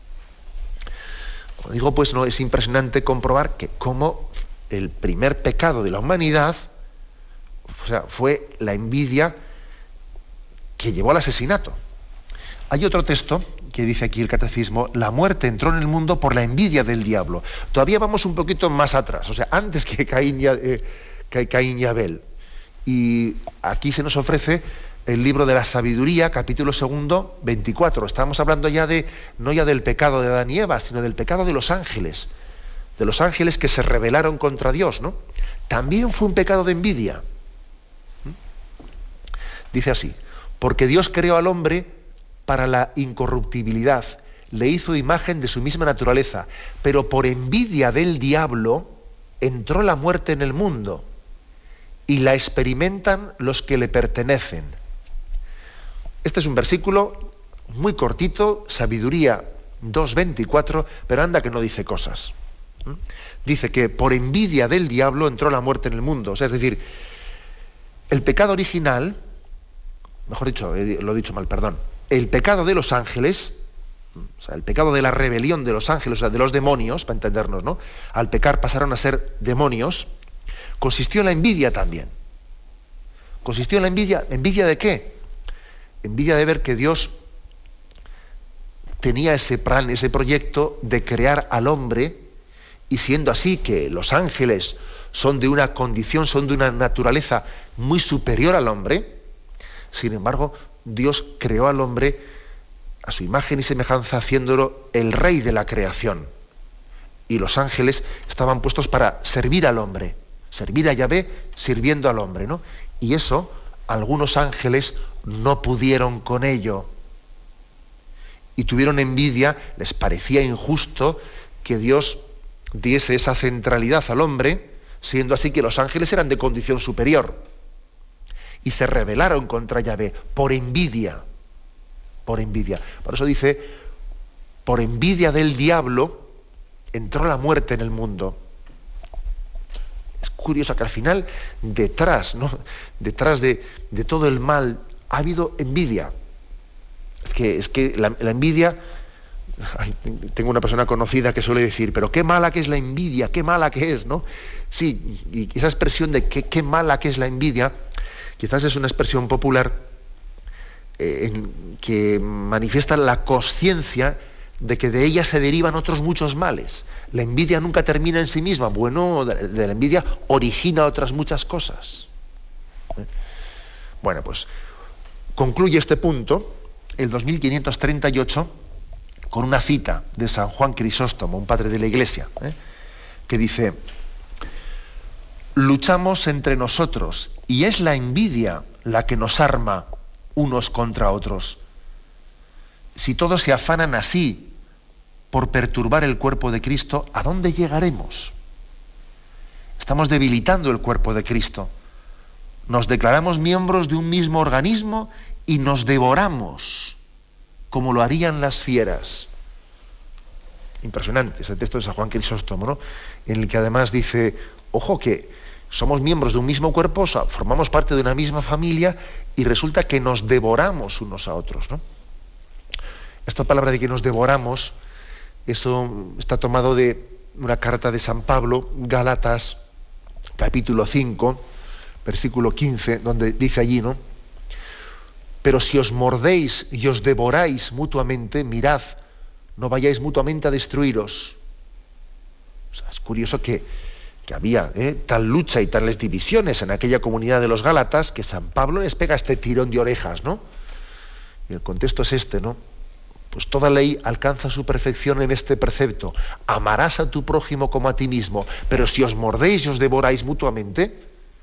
Como digo, pues no, es impresionante comprobar que como el primer pecado de la humanidad, o sea, fue la envidia que llevó al asesinato. Hay otro texto que dice aquí el catecismo, la muerte entró en el mundo por la envidia del diablo. Todavía vamos un poquito más atrás, o sea, antes que Caín y Abel. Y aquí se nos ofrece el libro de la sabiduría, capítulo 2, 24. Estamos hablando ya no ya del pecado de Adán y Eva, sino del pecado de los ángeles que se rebelaron contra Dios, ¿no? También fue un pecado de envidia. Dice así, porque Dios creó al hombre para la incorruptibilidad, le hizo imagen de su misma naturaleza, pero por envidia del diablo entró la muerte en el mundo y la experimentan los que le pertenecen. Este es un versículo muy cortito, sabiduría 2:24, pero anda que no dice cosas. Dice que por envidia del diablo entró la muerte en el mundo. O sea, es decir, El pecado original, mejor dicho, lo he dicho mal, perdón, el pecado de los ángeles, o sea, el pecado de la rebelión de los ángeles, o sea, de los demonios, para entendernos, ¿no? Al pecar pasaron a ser demonios, consistió en la envidia también. ¿Consistió en la envidia? ¿Envidia de qué? Envidia de ver que Dios tenía ese plan, ese proyecto de crear al hombre, y siendo así que los ángeles son de una condición, son de una naturaleza muy superior al hombre, sin embargo, Dios creó al hombre a su imagen y semejanza, haciéndolo el rey de la creación. Y los ángeles estaban puestos para servir al hombre, servir a Yahvé sirviendo al hombre, ¿no? Y eso, algunos ángeles no pudieron con ello. Y tuvieron envidia, les parecía injusto que Dios diese esa centralidad al hombre, siendo así que los ángeles eran de condición superior. Y se rebelaron contra Yahvé por envidia. Por envidia. Por eso dice, por envidia del diablo entró la muerte en el mundo. Es curioso que al final, detrás, ¿no? Detrás de todo el mal, ha habido envidia. Es que la envidia... Ay, tengo una persona conocida que suele decir, pero qué mala que es la envidia, qué mala que es, ¿no? Sí, y esa expresión de qué mala que es la envidia, quizás es una expresión popular que manifiesta la consciencia de que de ella se derivan otros muchos males. La envidia nunca termina en sí misma. Bueno, de la envidia origina otras muchas cosas. Bueno, pues concluye este punto, el 2538, con una cita de San Juan Crisóstomo, un padre de la Iglesia, que dice: luchamos entre nosotros y es la envidia la que nos arma unos contra otros. Si todos se afanan así por perturbar el cuerpo de Cristo, ¿a dónde llegaremos? Estamos debilitando el cuerpo de Cristo. Nos declaramos miembros de un mismo organismo y nos devoramos, como lo harían las fieras. Impresionante ese texto de San Juan Crisóstomo, ¿no? En el que además dice, ojo, que somos miembros de un mismo cuerpo, o sea, formamos parte de una misma familia y resulta que nos devoramos unos a otros, ¿no? Esta palabra de que nos devoramos, eso está tomado de una carta de San Pablo, Gálatas, capítulo 5, versículo 15, donde dice allí, ¿no? Pero si os mordéis y os devoráis mutuamente, mirad, no vayáis mutuamente a destruiros. O sea, es curioso que había tal lucha y tales divisiones en aquella comunidad de los Gálatas, que San Pablo les pega este tirón de orejas, ¿no? Y el contexto es este, ¿no? Pues toda ley alcanza su perfección en este precepto: amarás a tu prójimo como a ti mismo. Pero si os mordéis y os devoráis mutuamente,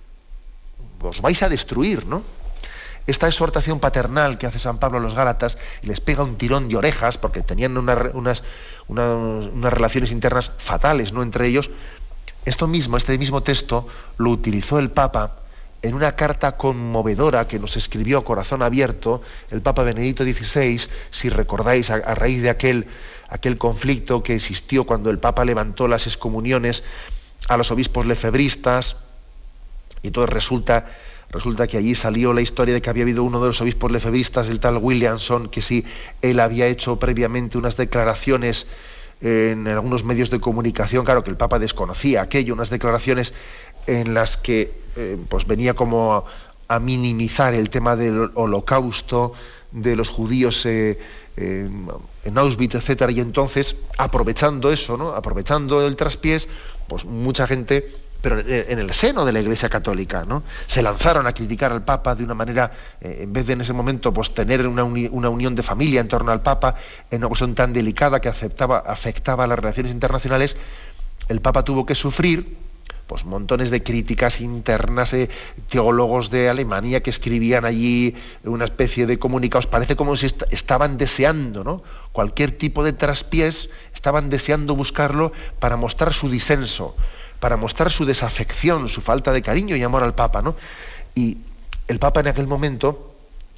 os vais a destruir, ¿no? Esta exhortación paternal que hace San Pablo a los Gálatas, y les pega un tirón de orejas porque tenían unas relaciones internas fatales, ¿no?, entre ellos. Este mismo texto lo utilizó el Papa en una carta conmovedora que nos escribió a corazón abierto el Papa Benedicto XVI, si recordáis, a raíz de aquel conflicto que existió cuando el Papa levantó las excomuniones a los obispos lefebristas. Y entonces resulta que allí salió la historia de que había habido uno de los obispos lefebristas, el tal Williamson, que sí, él había hecho previamente unas declaraciones en algunos medios de comunicación, claro que el Papa desconocía aquello, unas declaraciones en las que pues venía como a minimizar el tema del holocausto de los judíos en Auschwitz, etcétera, y entonces, aprovechando eso, ¿no?, aprovechando el traspiés, pues mucha gente, pero en el seno de la Iglesia Católica, ¿no?, se lanzaron a criticar al Papa de una manera, en vez de en ese momento pues tener una unión de familia en torno al Papa, en una cuestión tan delicada que afectaba a las relaciones internacionales. El Papa tuvo que sufrir pues montones de críticas internas, teólogos de Alemania que escribían allí una especie de comunicados. Parece como si estaban deseando, ¿no?, cualquier tipo de traspiés, estaban deseando buscarlo para mostrar su disenso, para mostrar su desafección, su falta de cariño y amor al Papa, ¿no? Y el Papa en aquel momento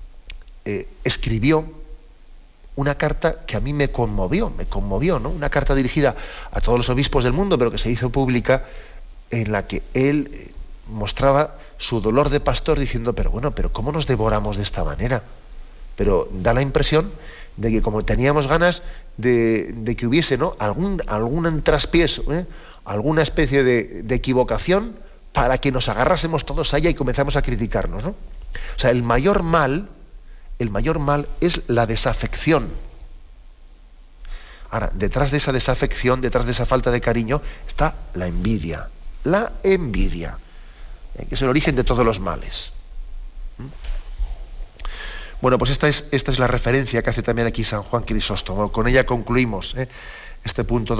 escribió una carta que a mí me conmovió, ¿no? Una carta dirigida a todos los obispos del mundo, pero que se hizo pública, en la que él mostraba su dolor de pastor diciendo, pero ¿cómo nos devoramos de esta manera? Pero da la impresión de que como teníamos ganas de que hubiese, ¿no?, algún traspiés, alguna especie de equivocación para que nos agarrásemos todos a ella y comenzamos a criticarnos, ¿no? O sea, el mayor mal es la desafección. Ahora, detrás de esa desafección, detrás de esa falta de cariño, está la envidia. La envidia, que es el origen de todos los males. Bueno, pues esta es la referencia que hace también aquí San Juan Crisóstomo. Con ella concluimos este punto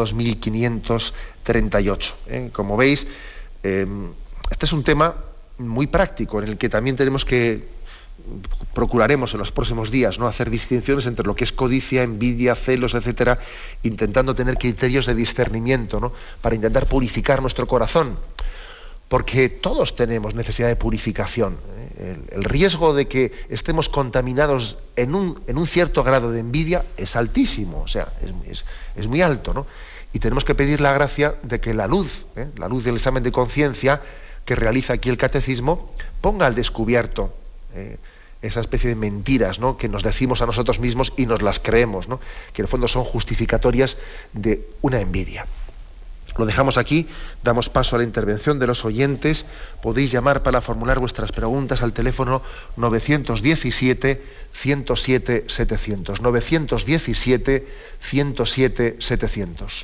2538. Como veis, este es un tema muy práctico, en el que también procuraremos en los próximos días, ¿no?, hacer distinciones entre lo que es codicia, envidia, celos, etcétera, intentando tener criterios de discernimiento, ¿no?, para intentar purificar nuestro corazón, porque todos tenemos necesidad de purificación. El riesgo de que estemos contaminados en un cierto grado de envidia es altísimo, o sea, es muy alto, ¿no? Y tenemos que pedir la gracia de que la luz del examen de conciencia que realiza aquí el catecismo, ponga al descubierto esa especie de mentiras, ¿no?, que nos decimos a nosotros mismos y nos las creemos, ¿no?, que en el fondo son justificatorias de una envidia. Lo dejamos aquí, damos paso a la intervención de los oyentes. Podéis llamar para formular vuestras preguntas al teléfono 917-107-700. 917-107-700.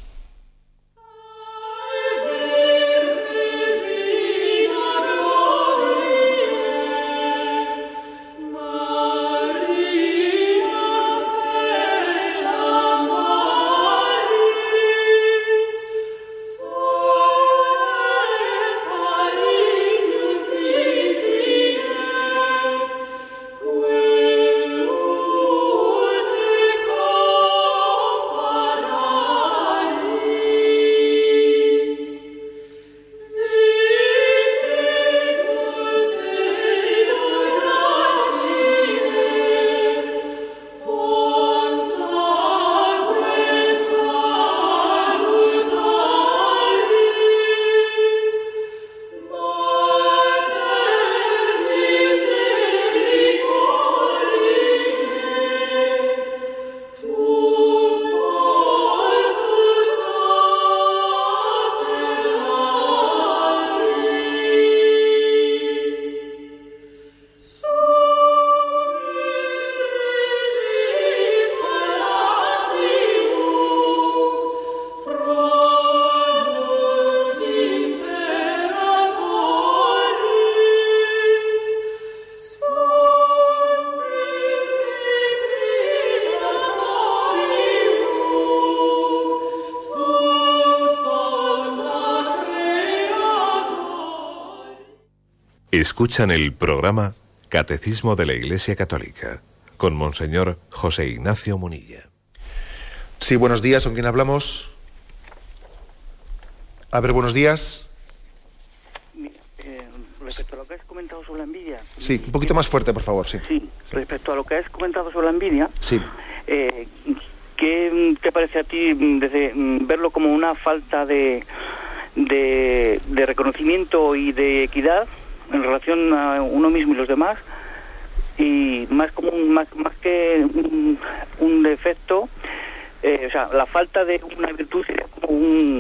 Escuchan el programa Catecismo de la Iglesia Católica con Monseñor José Ignacio Munilla. Sí, buenos días, ¿con quién hablamos? A ver, buenos días. Respecto a lo que has comentado sobre la envidia... Sí, un poquito más fuerte, por favor, sí. Sí, respecto a lo que has comentado sobre la envidia... Sí. ¿Qué te parece a ti desde verlo como una falta de reconocimiento y de equidad en relación a uno mismo y los demás, y más como más que un defecto, o sea, la falta de una virtud sería como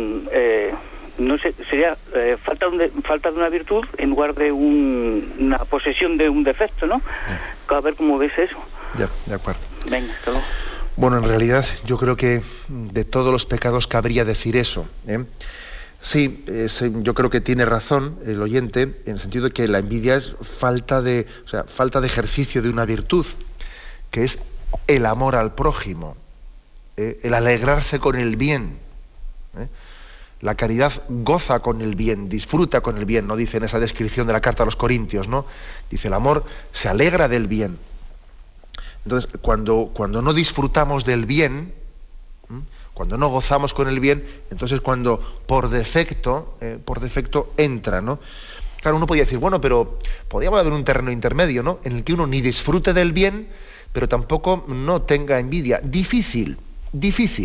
sería falta de una virtud en lugar de una posesión de un defecto, ¿no? A ver cómo ves eso. Ya, de acuerdo. Venga, hasta luego. Bueno, en realidad yo creo que de todos los pecados cabría decir eso, Sí, yo creo que tiene razón el oyente en el sentido de que la envidia es falta de ejercicio de una virtud, que es el amor al prójimo, el alegrarse con el bien. La caridad goza con el bien, disfruta con el bien, ¿no? Dice en esa descripción de la carta a los Corintios, ¿no? Dice, el amor se alegra del bien. Entonces, cuando no disfrutamos del bien, cuando no gozamos con el bien, entonces cuando por defecto entra, ¿no? Claro, uno podría decir, bueno, pero podríamos haber un terreno intermedio, ¿no?, en el que uno ni disfrute del bien, pero tampoco no tenga envidia. Difícil.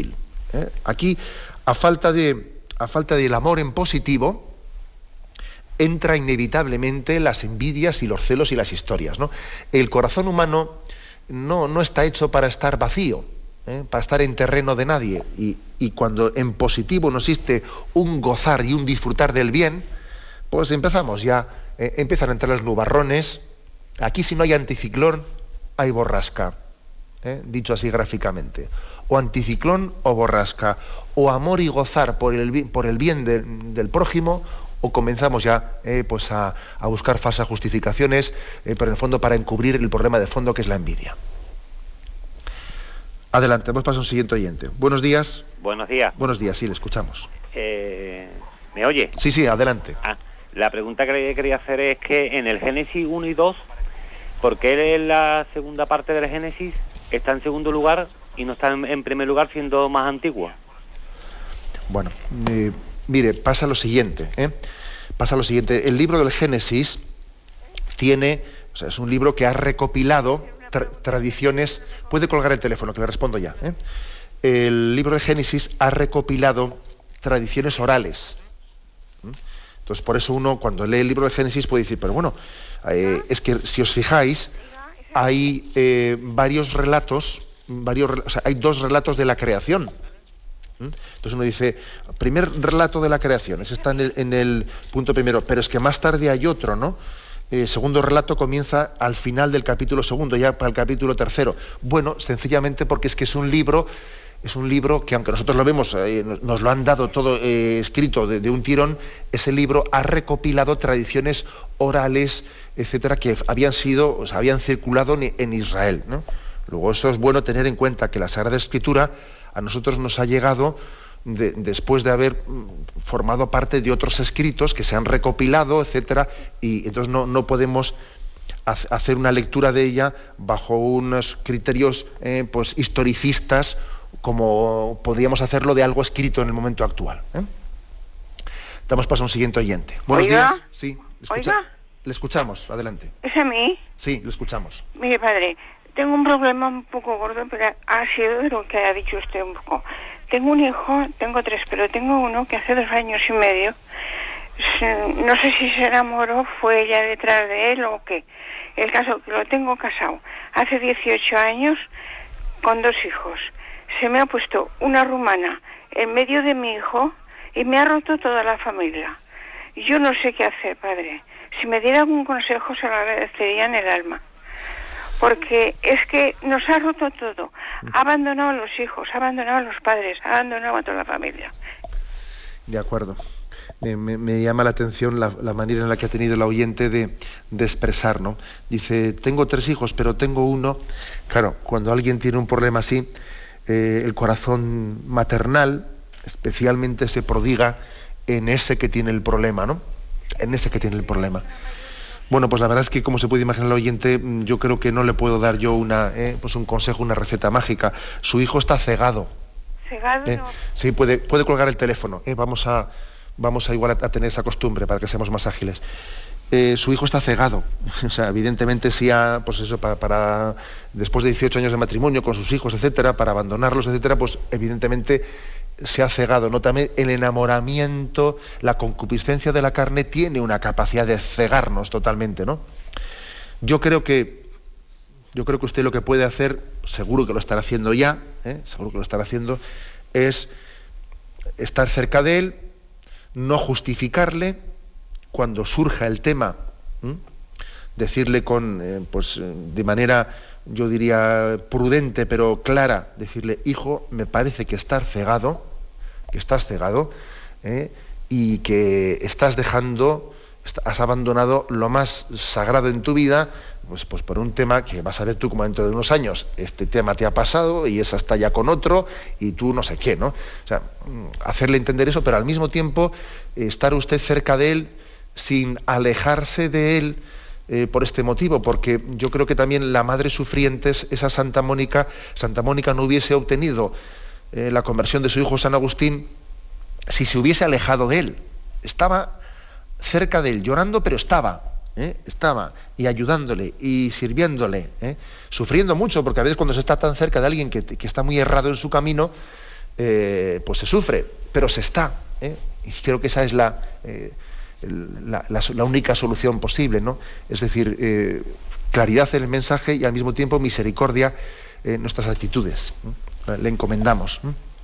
Aquí, a falta del amor en positivo, entra inevitablemente las envidias y los celos y las historias, ¿no? El corazón humano no está hecho para estar vacío, para estar en terreno de nadie, y cuando en positivo no existe un gozar y un disfrutar del bien, pues empezamos ya, empiezan a entrar los nubarrones. Aquí, si no hay anticiclón, hay borrasca, dicho así gráficamente, o anticiclón o borrasca, o amor y gozar por el bien del prójimo, o comenzamos ya pues a buscar falsas justificaciones, pero en el fondo para encubrir el problema de fondo, que es la envidia. Adelante, vamos a pasar a un siguiente oyente. Buenos días. Buenos días. Buenos días, sí, le escuchamos. ¿Me oye? Sí, adelante. La pregunta que le quería hacer es que en el Génesis 1 y 2, ¿por qué en la segunda parte del Génesis está en segundo lugar y no está en primer lugar, siendo más antigua? Bueno, mire, pasa lo siguiente. El libro del Génesis es un libro que ha recopilado tradiciones. Puede colgar el teléfono, que le respondo ya. El libro del Génesis ha recopilado tradiciones orales. Entonces, por eso uno, cuando lee el libro del Génesis, puede decir, pero bueno, es que si os fijáis, hay varios relatos, hay 2 relatos de la creación. Entonces uno dice, primer relato de la creación, ese está en el punto primero, pero es que más tarde hay otro, ¿no? Segundo relato comienza al final del capítulo segundo, ya para el capítulo tercero. Bueno, sencillamente porque es que es un libro que, aunque nosotros lo vemos, nos lo han dado todo escrito de un tirón, ese libro ha recopilado tradiciones orales, etcétera, que habían circulado en Israel, ¿no? Luego, eso es bueno tener en cuenta, que la Sagrada Escritura a nosotros nos ha llegado después de haber formado parte de otros escritos que se han recopilado, etcétera, y entonces no podemos hacer una lectura de ella bajo unos criterios pues historicistas, como podríamos hacerlo de algo escrito en el momento actual. Damos paso a un siguiente oyente. Buenos días. Sí, le escuchamos, adelante. ¿Es a mí? Sí, lo escuchamos. Mire, padre, tengo un problema un poco gordo, pero ha sido de lo que ha dicho usted un poco. Tengo un hijo, tengo 3, pero tengo uno que hace 2 años y medio, no sé si se enamoró, fue ella detrás de él o qué. El caso que lo tengo casado hace 18 años con 2 hijos. Se me ha puesto una rumana en medio de mi hijo y me ha roto toda la familia. Yo no sé qué hacer, padre. Si me diera algún consejo, se lo agradecería en el alma. Porque es que nos ha roto todo. Ha abandonado a los hijos, ha abandonado a los padres, ha abandonado a toda la familia. De acuerdo. Me llama la atención la manera en la que ha tenido el oyente de expresar, ¿no? Dice, tengo 3 hijos, pero tengo uno. Claro, cuando alguien tiene un problema así, el corazón maternal especialmente se prodiga en ese que tiene el problema, ¿no? En ese que tiene el problema. Bueno, pues la verdad es que, como se puede imaginar el oyente, yo creo que no le puedo dar yo pues un consejo, una receta mágica. Su hijo está cegado. ¿Cegado? No. Sí, puede colgar el teléfono. Vamos a igual a tener esa costumbre para que seamos más ágiles. Su hijo está cegado. O sea, evidentemente sí, pues eso, para después de 18 años de matrimonio con sus hijos, etcétera, para abandonarlos, etcétera, pues evidentemente se ha cegado, ¿no? También el enamoramiento, la concupiscencia de la carne tiene una capacidad de cegarnos totalmente, ¿no? Yo creo que usted lo que puede hacer, seguro que lo estará haciendo ya, seguro que lo estará haciendo, es estar cerca de él, no justificarle cuando surja el tema, decirle de manera, yo diría, prudente pero clara, decirle, hijo, me parece que estás cegado, y que has abandonado lo más sagrado en tu vida, pues por un tema que vas a ver tú como dentro de unos años, este tema te ha pasado y esa está ya con otro y tú no sé qué, ¿no? O sea, hacerle entender eso, pero al mismo tiempo estar usted cerca de él sin alejarse de él por este motivo, porque yo creo que también la madre sufriente, esa Santa Mónica no hubiese obtenido la conversión de su hijo San Agustín si se hubiese alejado de él. Estaba cerca de él, llorando, pero estaba y ayudándole y sirviéndole, sufriendo mucho, porque a veces cuando se está tan cerca de alguien que está muy errado en su camino, pues se sufre, pero se está, y creo que esa es la única solución posible, ¿no? Es decir, claridad en el mensaje y al mismo tiempo misericordia en nuestras actitudes. Le encomendamos.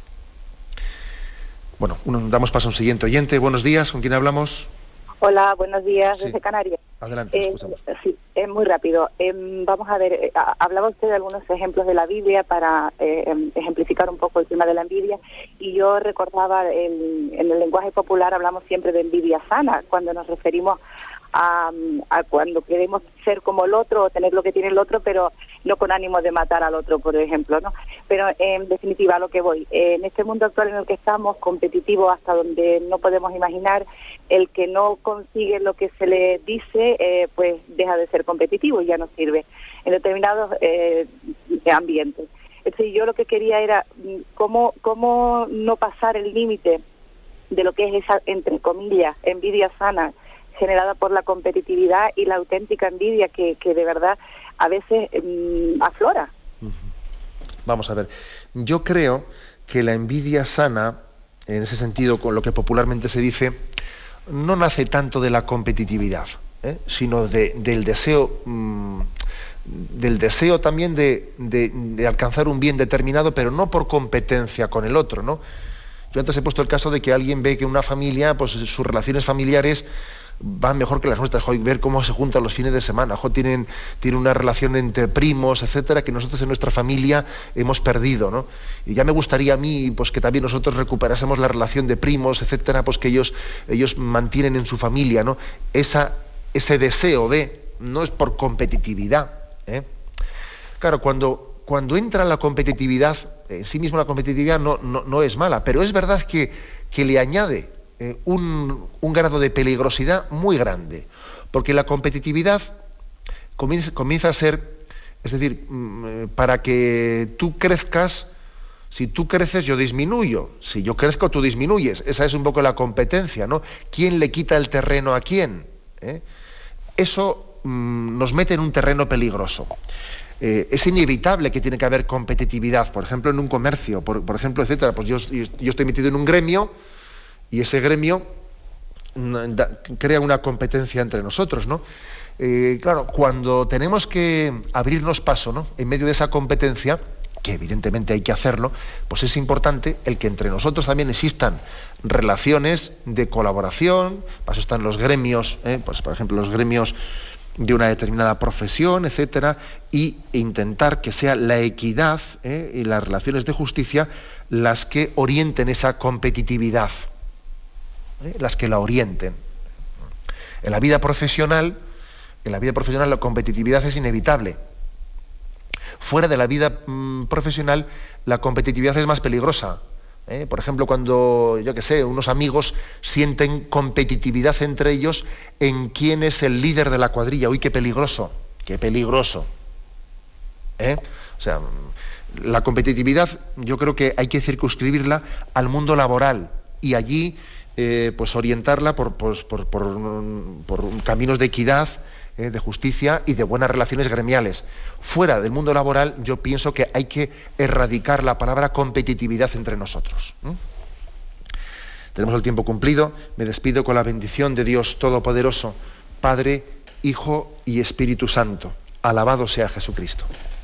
Bueno, damos paso a un siguiente oyente. Buenos días, ¿con quién hablamos? Hola, buenos días, Sí. desde Canarias. Adelante, escuchamos. Sí, es muy rápido. Vamos a ver, hablaba usted de algunos ejemplos de la Biblia para ejemplificar un poco el tema de la envidia, y yo recordaba, en el lenguaje popular hablamos siempre de envidia sana, cuando nos referimos a cuando queremos ser como el otro o tener lo que tiene el otro, pero no con ánimo de matar al otro, por ejemplo, ¿no? Pero en definitiva, a lo que voy, en este mundo actual en el que estamos, competitivo hasta donde no podemos imaginar, el que no consigue lo que se le dice, pues deja de ser competitivo y ya no sirve en determinados ambientes. Entonces, yo lo que quería era cómo no pasar el límite de lo que es esa, entre comillas, envidia sana, generada por la competitividad, y la auténtica envidia que de verdad a veces aflora. Vamos a ver, yo creo que la envidia sana, en ese sentido, con lo que popularmente se dice, no nace tanto de la competitividad, sino del deseo también de alcanzar un bien determinado, pero no por competencia con el otro, ¿no? Yo antes he puesto el caso de que alguien ve que una familia, pues sus relaciones familiares van mejor que las nuestras, ver cómo se juntan los fines de semana, tienen una relación entre primos, etcétera, que nosotros en nuestra familia hemos perdido, ¿no? Y ya me gustaría a mí, pues, que también nosotros recuperásemos la relación de primos, etcétera, pues que ellos mantienen en su familia, ¿no? Ese deseo no es por competitividad, Claro, cuando entra la competitividad, en sí misma la competitividad no es mala, pero es verdad que le añade un grado de peligrosidad muy grande, porque la competitividad comienza a ser, es decir, para que tú crezcas, si tú creces yo disminuyo, si yo crezco tú disminuyes, esa es un poco la competencia, ¿no? ¿Quién le quita el terreno a quién? Eso nos mete en un terreno peligroso. Es inevitable que tiene que haber competitividad, por ejemplo en un comercio, por ejemplo, etcétera. Pues yo estoy metido en un gremio, y ese gremio crea una competencia entre nosotros, ¿no? Claro, cuando tenemos que abrirnos paso, ¿no?, en medio de esa competencia, que evidentemente hay que hacerlo, pues es importante el que entre nosotros también existan relaciones de colaboración. Para eso están los gremios, pues por ejemplo los gremios de una determinada profesión, etcétera, y intentar que sea la equidad y las relaciones de justicia las que orienten esa competitividad. Las que la orienten. En la vida profesional la competitividad es inevitable. Fuera de la vida profesional la competitividad es más peligrosa. Por ejemplo, cuando, yo qué sé, unos amigos sienten competitividad entre ellos en quién es el líder de la cuadrilla. ¡Uy, qué peligroso! ¡Qué peligroso! O sea, la competitividad yo creo que hay que circunscribirla al mundo laboral y allí pues orientarla por caminos de equidad, de justicia y de buenas relaciones gremiales. Fuera del mundo laboral yo pienso que hay que erradicar la palabra competitividad entre nosotros. Tenemos el tiempo cumplido. Me despido con la bendición de Dios Todopoderoso, Padre, Hijo y Espíritu Santo. Alabado sea Jesucristo.